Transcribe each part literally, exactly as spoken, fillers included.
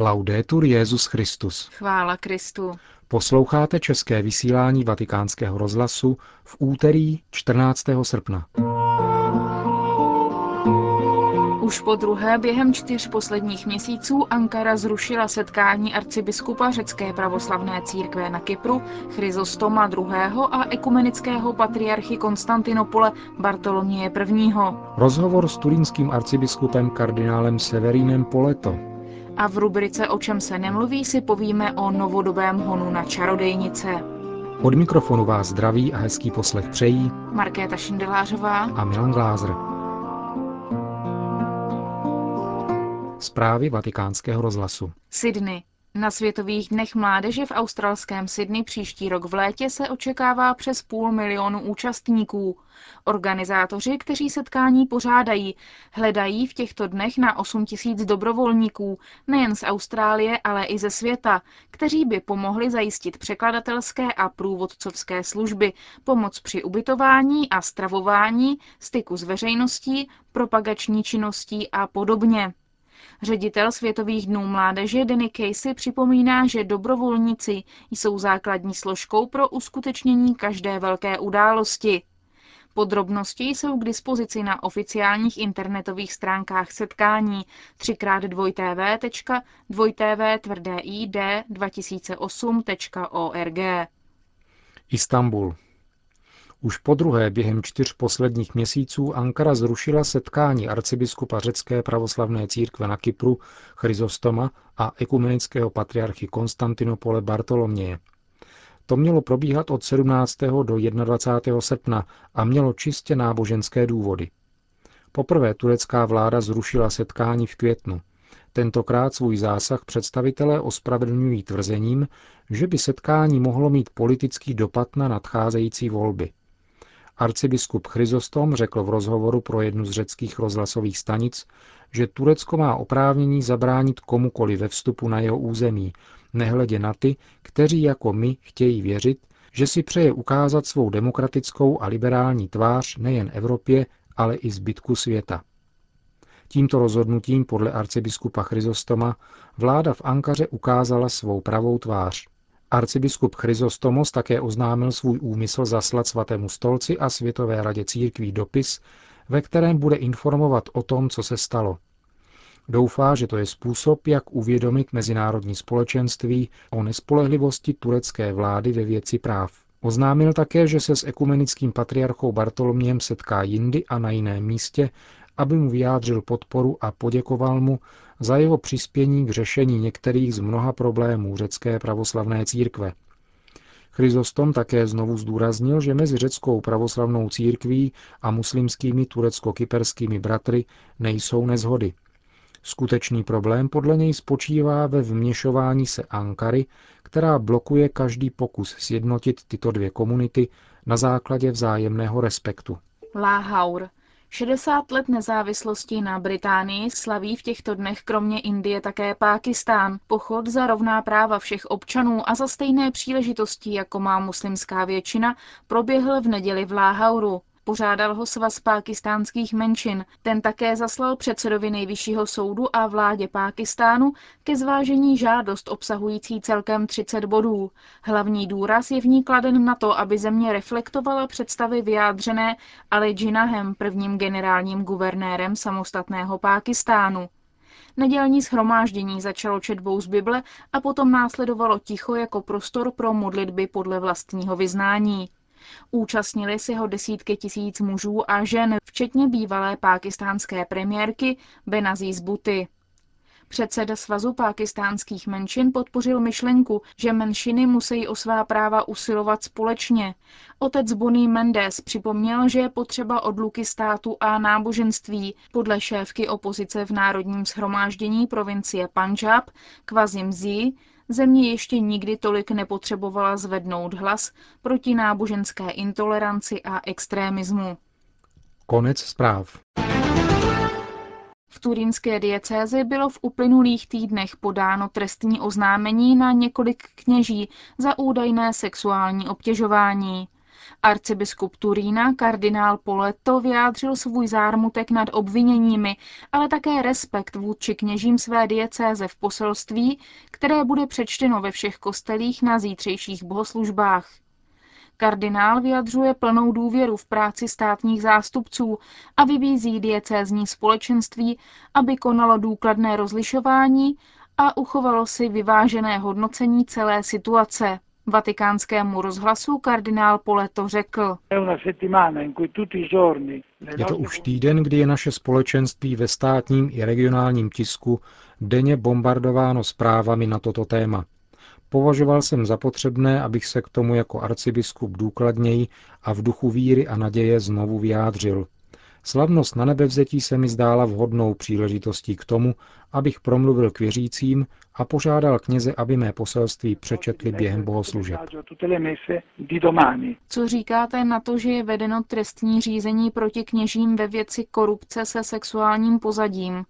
Laudetur Jesus Christus. Chvála Kristu. Posloucháte české vysílání Vatikánského rozhlasu v úterý čtrnáctého srpna. Už po druhé během čtyř posledních měsíců Ankara zrušila setkání arcibiskupa řecké pravoslavné církve na Kypru Chryzostoma druhého. a ekumenického patriarchy Konstantinopole Bartoloměje prvního. Rozhovor s turínským arcibiskupem kardinálem Severínem Poleto. A v rubrice O čem se nemluví si povíme o novodobém honu na čarodejnice. Od mikrofonu vás zdraví a hezký poslech přejí Markéta Šindelářová a Milan Glázer. Zprávy Vatikánského rozhlasu. Sydney. Na Světových dnech mládeže v australském Sydney příští rok v létě se očekává přes půl milionu účastníků. Organizátoři, kteří setkání pořádají, hledají v těchto dnech na osm tisíc dobrovolníků, nejen z Austrálie, ale i ze světa, kteří by pomohli zajistit překladatelské a průvodcovské služby, pomoc při ubytování a stravování, styku s veřejností, propagační činností a podobně. Ředitel Světových dnů mládeže Danny Casey připomíná, že dobrovolníci jsou základní složkou pro uskutečnění každé velké události. Podrobnosti jsou k dispozici na oficiálních internetových stránkách setkání tři krát dvojité tečka dvojité tvrdé i d dva tisíce osm tečka org. Istanbul. Už podruhé během čtyř posledních měsíců Ankara zrušila setkání arcibiskupa řecké pravoslavné církve na Kypru Chryzostoma a ekumenického patriarchy Konstantinopole Bartoloměje. To mělo probíhat od sedmnáctého do dvacátého prvního srpna a mělo čistě náboženské důvody. Poprvé turecká vláda zrušila setkání v květnu. Tentokrát svůj zásah představitelé ospravedlňují tvrzením, že by setkání mohlo mít politický dopad na nadcházející volby. Arcibiskup Chryzostom řekl v rozhovoru pro jednu z řeckých rozhlasových stanic, že Turecko má oprávnění zabránit komukoli ve vstupu na jeho území, nehledě na ty, kteří jako my chtějí věřit, že si přeje ukázat svou demokratickou a liberální tvář nejen Evropě, ale i zbytku světa. Tímto rozhodnutím podle arcibiskupa Chryzostoma vláda v Ankaře ukázala svou pravou tvář. Arcibiskup Chryzostomos také oznámil svůj úmysl zaslat Svatému stolci a Světové radě církví dopis, ve kterém bude informovat o tom, co se stalo. Doufá, že to je způsob, jak uvědomit mezinárodní společenství o nespolehlivosti turecké vlády ve věci práv. Oznámil také, že se s ekumenickým patriarchou Bartolomějem setká jindy a na jiném místě, aby mu vyjádřil podporu a poděkoval mu za jeho přispění k řešení některých z mnoha problémů řecké pravoslavné církve. Chryzostom také znovu zdůraznil, že mezi řeckou pravoslavnou církví a muslimskými turecko-kyperskými bratry nejsou neshody. Skutečný problém podle něj spočívá ve vměšování se Ankary, která blokuje každý pokus sjednotit tyto dvě komunity na základě vzájemného respektu. Láhaur. šedesát let nezávislosti na Británii slaví v těchto dnech kromě Indie také Pákistán. Pochod za rovná práva všech občanů a za stejné příležitosti, jako má muslimská většina, proběhl v neděli v Láhauru. Pořádal ho Svaz pákistánských menšin. Ten také zaslal předsedovi nejvyššího soudu a vládě Pákistánu ke zvážení žádost obsahující celkem třicet bodů. Hlavní důraz je v ní kladen na to, aby země reflektovala představy vyjádřené Ali Jinnahem, prvním generálním guvernérem samostatného Pákistánu. Nedělní shromáždění začalo četbou z Bible a potom následovalo ticho jako prostor pro modlitby podle vlastního vyznání. Účastnili si ho desítky tisíc mužů a žen, včetně bývalé pákistánské premiérky Benazir Bhutty. Předseda Svazu pákistánských menšin podpořil myšlenku, že menšiny musí o svá práva usilovat společně. Otec Bonnie Mendes připomněl, že je potřeba odluky státu a náboženství. Podle šéfky opozice v Národním shromáždění provincie Pandžáb, Quasim Zee, země ještě nikdy tolik nepotřebovala zvednout hlas proti náboženské intoleranci a extrémismu. Konec zpráv. V turínské diecézi bylo v uplynulých týdnech podáno trestní oznámení na několik kněží za údajné sexuální obtěžování. Arcibiskup Turína kardinál Poletto vyjádřil svůj zármutek nad obviněními, ale také respekt vůči kněžím své diecéze v poselství, které bude přečteno ve všech kostelích na zítřejších bohoslužbách. Kardinál vyjadřuje plnou důvěru v práci státních zástupců a vybízí diecézní společenství, aby konalo důkladné rozlišování a uchovalo si vyvážené hodnocení celé situace. Vatikánskému rozhlasu kardinál Poletto řekl: Je to už týden, kdy je naše společenství ve státním i regionálním tisku denně bombardováno zprávami na toto téma. Považoval jsem za potřebné, abych se k tomu jako arcibiskup důkladněji a v duchu víry a naděje znovu vyjádřil. Slavnost na nebevzetí se mi zdála vhodnou příležitostí k tomu, abych promluvil k věřícím a požádal kněze, aby mé poselství přečetli během bohoslužeb. Co říkáte na to, že je vedeno trestní řízení proti kněžím ve věci korupce se sexuálním pozadím?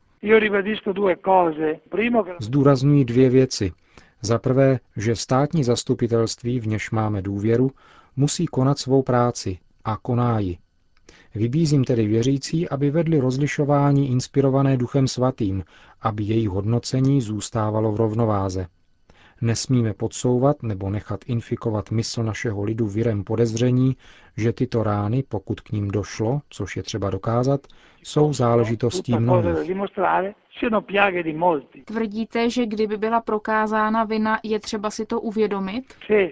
Zdůrazňuji dvě věci. Za prvé, že státní zastupitelství, v něž máme důvěru, musí konat svou práci a koná ji. Vybízím tedy věřící, aby vedli rozlišování inspirované Duchem Svatým, aby jejich hodnocení zůstávalo v rovnováze. Nesmíme podsouvat nebo nechat infikovat mysl našeho lidu virem podezření, že tyto rány, pokud k ním došlo, což je třeba dokázat, jsou záležitostí mnohých. Tvrdíte, že kdyby byla prokázána vina, je třeba si to uvědomit?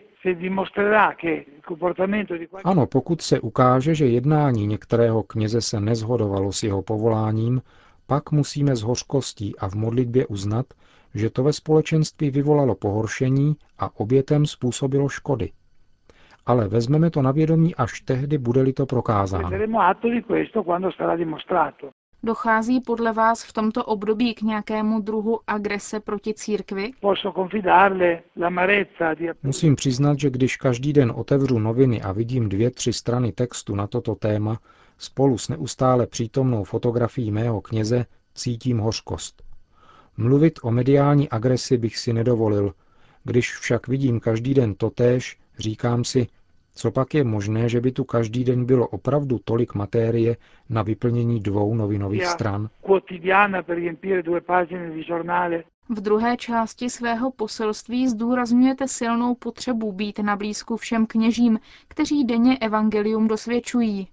Ano, pokud se ukáže, že jednání některého kněze se neshodovalo s jeho povoláním, pak musíme s hořkostí a v modlitbě uznat, že to ve společenství vyvolalo pohoršení a obětem způsobilo škody. Ale vezmeme to na vědomí až tehdy, bude-li to prokázáno. Dochází podle vás v tomto období k nějakému druhu agrese proti církvi? Musím přiznat, že když každý den otevřu noviny a vidím dvě, tři strany textu na toto téma, spolu s neustále přítomnou fotografií mého kněze, cítím hořkost. Mluvit o mediální agresi bych si nedovolil, když však vidím každý den totéž, říkám si, co pak je možné, že by tu každý den bylo opravdu tolik matérie na vyplnění dvou novinových stran? V druhé části svého poselství zdůrazňujete silnou potřebu být na blízku všem kněžím, kteří denně evangelium dosvědčují.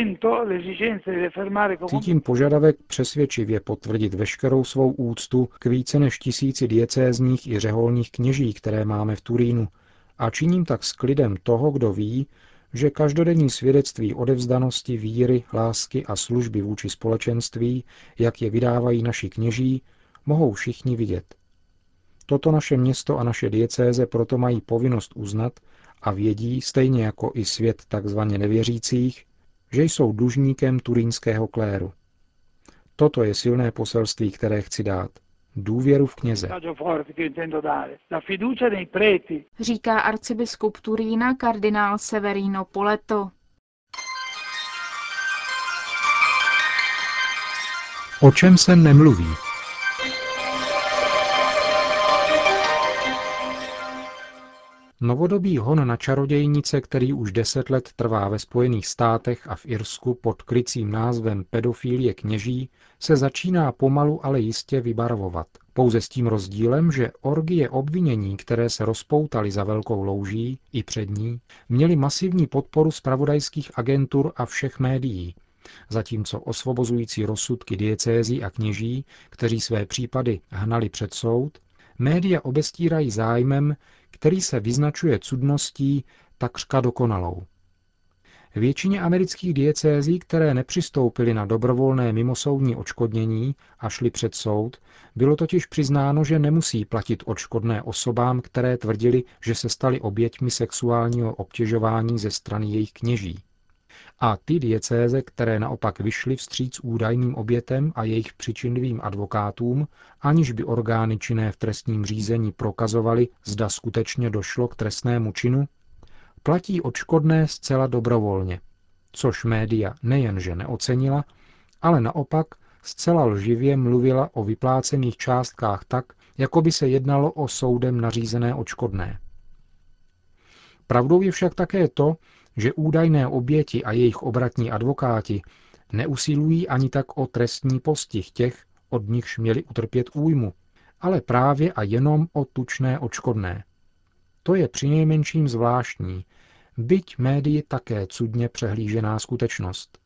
Cítím požadavek přesvědčivě potvrdit veškerou svou úctu k více než tisíci diecézních i řeholních kněží, které máme v Turínu, a činím tak s klidem toho, kdo ví, že každodenní svědectví odevzdanosti, víry, lásky a služby vůči společenství, jak je vydávají naši kněží, mohou všichni vidět. Toto naše město a naše diecéze proto mají povinnost uznat a vědí, stejně jako i svět takzvaně nevěřících, že jsou dlužníkem turínského kléru. Toto je silné poselství, které chci dát. Důvěru v kněze. Říká arcibiskup Turína kardinál Severino Poletto. O čem se nemluví? Novodobý hon na čarodějnice, který už deset let trvá ve Spojených státech a v Irsku pod krycím názvem pedofilie kněží, se začíná pomalu, ale jistě vybarvovat. Pouze s tím rozdílem, že orgie obvinění, které se rozpoutaly za velkou louží i před ní, měly masivní podporu zpravodajských agentur a všech médií, zatímco osvobozující rozsudky diecézí a kněží, kteří své případy hnali před soud, média obestírají zájmem, který se vyznačuje cudností takřka dokonalou. Většině amerických diecézí, které nepřistoupily na dobrovolné mimosoudní odškodnění a šly před soud, bylo totiž přiznáno, že nemusí platit odškodné osobám, které tvrdili, že se staly oběťmi sexuálního obtěžování ze strany jejich kněží. A ty diecéze, které naopak vyšly vstříc údajným obětem a jejich přičinlivým advokátům, aniž by orgány činné v trestním řízení prokazovaly, zda skutečně došlo k trestnému činu, platí odškodné zcela dobrovolně, což média nejenže neocenila, ale naopak zcela lživě mluvila o vyplácených částkách tak, jako by se jednalo o soudem nařízené odškodné. Pravdou je však také to, že údajné oběti a jejich obratní advokáti neusilují ani tak o trestní postih těch, od nichž měli utrpět újmu, ale právě a jenom o tučné odškodné. To je přinejmenším zvláštní, byť médii také cudně přehlížená skutečnost.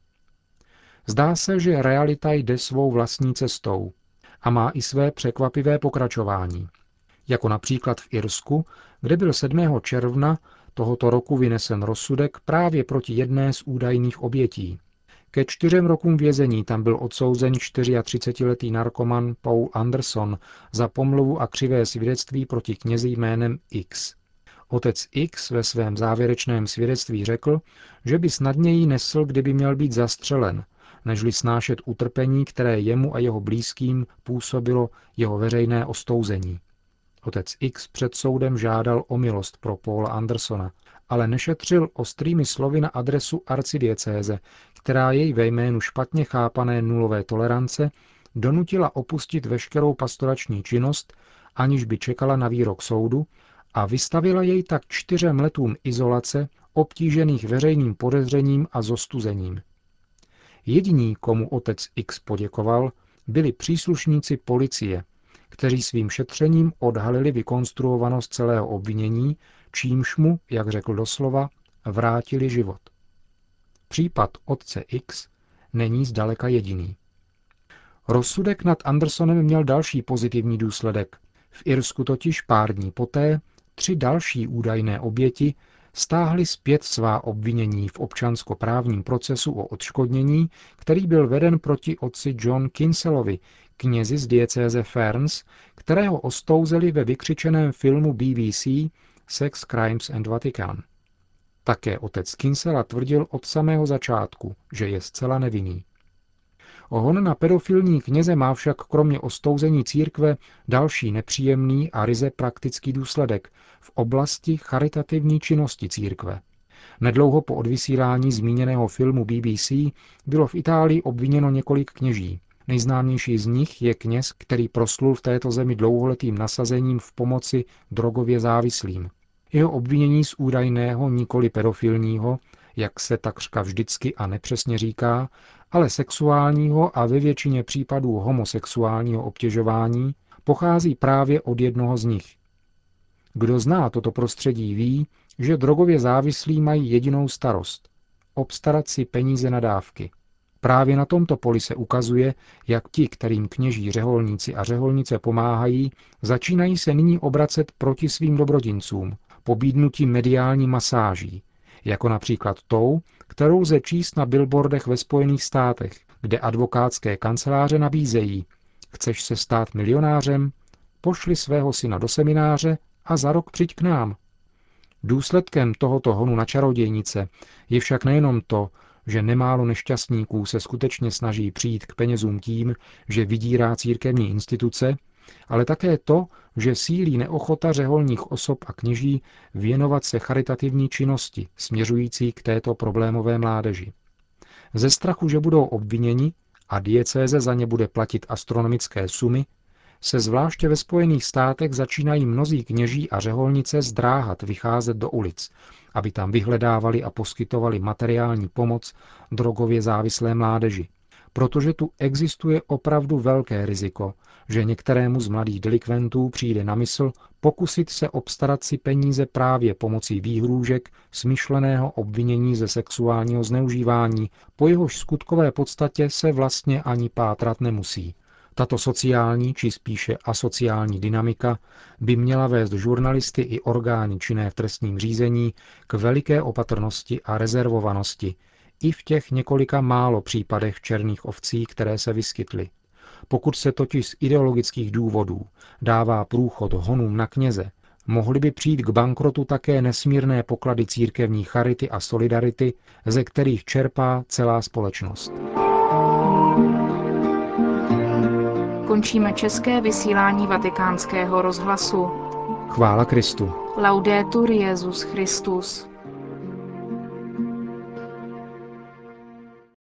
Zdá se, že realita jde svou vlastní cestou a má i své překvapivé pokračování. Jako například v Irsku, kde byl sedmého června tohoto roku vynesen rozsudek právě proti jedné z údajných obětí. Ke čtyřem rokům vězení tam byl odsouzen třicetičtyřletý narkoman Paul Anderson za pomluvu a křivé svědectví proti knězi jménem X. Otec X ve svém závěrečném svědectví řekl, že by snadněji nesl, kdyby měl být zastřelen, nežli snášet utrpení, které jemu a jeho blízkým působilo jeho veřejné ostouzení. Otec X před soudem žádal o milost pro Paula Andersona, ale nešetřil ostrými slovy na adresu arcidiecéze, která jej ve jménu špatně chápané nulové tolerance donutila opustit veškerou pastorační činnost, aniž by čekala na výrok soudu, a vystavila jej tak čtyřem letům izolace, obtížených veřejným podezřením a zostuzením. Jediní, komu otec X poděkoval, byli příslušníci policie, kteří svým šetřením odhalili vykonstruovanost celého obvinění, čímž mu, jak řekl doslova, vrátili život. Případ otce X není zdaleka jediný. Rozsudek nad Andersonem měl další pozitivní důsledek. V Irsku totiž pár dní poté tři další údajné oběti stáhli zpět svá obvinění v občanskoprávním procesu o odškodnění, který byl veden proti otci John Kinsellovi, knězi z diecéze Ferns, kterého ostouzeli ve vykřičeném filmu B B C Sex, Crimes and Vatican. Také otec Kinsella tvrdil od samého začátku, že je zcela nevinný. Ohon na pedofilní kněze má však kromě ostouzení církve další nepříjemný a ryze praktický důsledek v oblasti charitativní činnosti církve. Nedlouho po odvysílání zmíněného filmu B B C bylo v Itálii obviněno několik kněží. Nejznámější z nich je kněz, který proslul v této zemi dlouholetým nasazením v pomoci drogově závislým. Jeho obvinění z údajného, nikoli pedofilního, jak se takřka vždycky a nepřesně říká, ale sexuálního a ve většině případů homosexuálního obtěžování, pochází právě od jednoho z nich. Kdo zná toto prostředí, ví, že drogově závislí mají jedinou starost – obstarat si peníze na dávky. Právě na tomto poli se ukazuje, jak ti, kterým kněží řeholníci a řeholnice pomáhají, začínají se nyní obracet proti svým dobrodincům, pobídnutí mediální masáží, jako například tou, kterou lze číst na billboardech ve Spojených státech, kde advokátské kanceláře nabízejí: chceš se stát milionářem? Pošli svého syna do semináře a za rok přijď k nám. Důsledkem tohoto honu na čarodějnice je však nejenom to, že nemálo nešťastníků se skutečně snaží přijít k penězům tím, že vydírá církevní instituce, ale také to, že sílí neochota řeholních osob a kněží věnovat se charitativní činnosti směřující k této problémové mládeži. Ze strachu, že budou obviněni a diecéze za ně bude platit astronomické sumy, se zvláště ve Spojených státech začínají mnozí kněží a řeholnice zdráhat vycházet do ulic, aby tam vyhledávali a poskytovali materiální pomoc drogově závislé mládeži, protože tu existuje opravdu velké riziko, že některému z mladých delikventů přijde na mysl pokusit se obstarat si peníze právě pomocí výhrůžek smyšleného obvinění ze sexuálního zneužívání, po jehož skutkové podstatě se vlastně ani pátrat nemusí. Tato sociální, či spíše asociální dynamika by měla vést žurnalisty i orgány činné v trestním řízení k veliké opatrnosti a rezervovanosti i v těch několika málo případech černých ovcí, které se vyskytly. Pokud se totiž z ideologických důvodů dává průchod honům na kněze, mohly by přijít k bankrotu také nesmírné poklady církevní charity a solidarity, ze kterých čerpá celá společnost. Končíme české vysílání Vatikánského rozhlasu. Chvála Kristu. Laudetur Jesus Christus.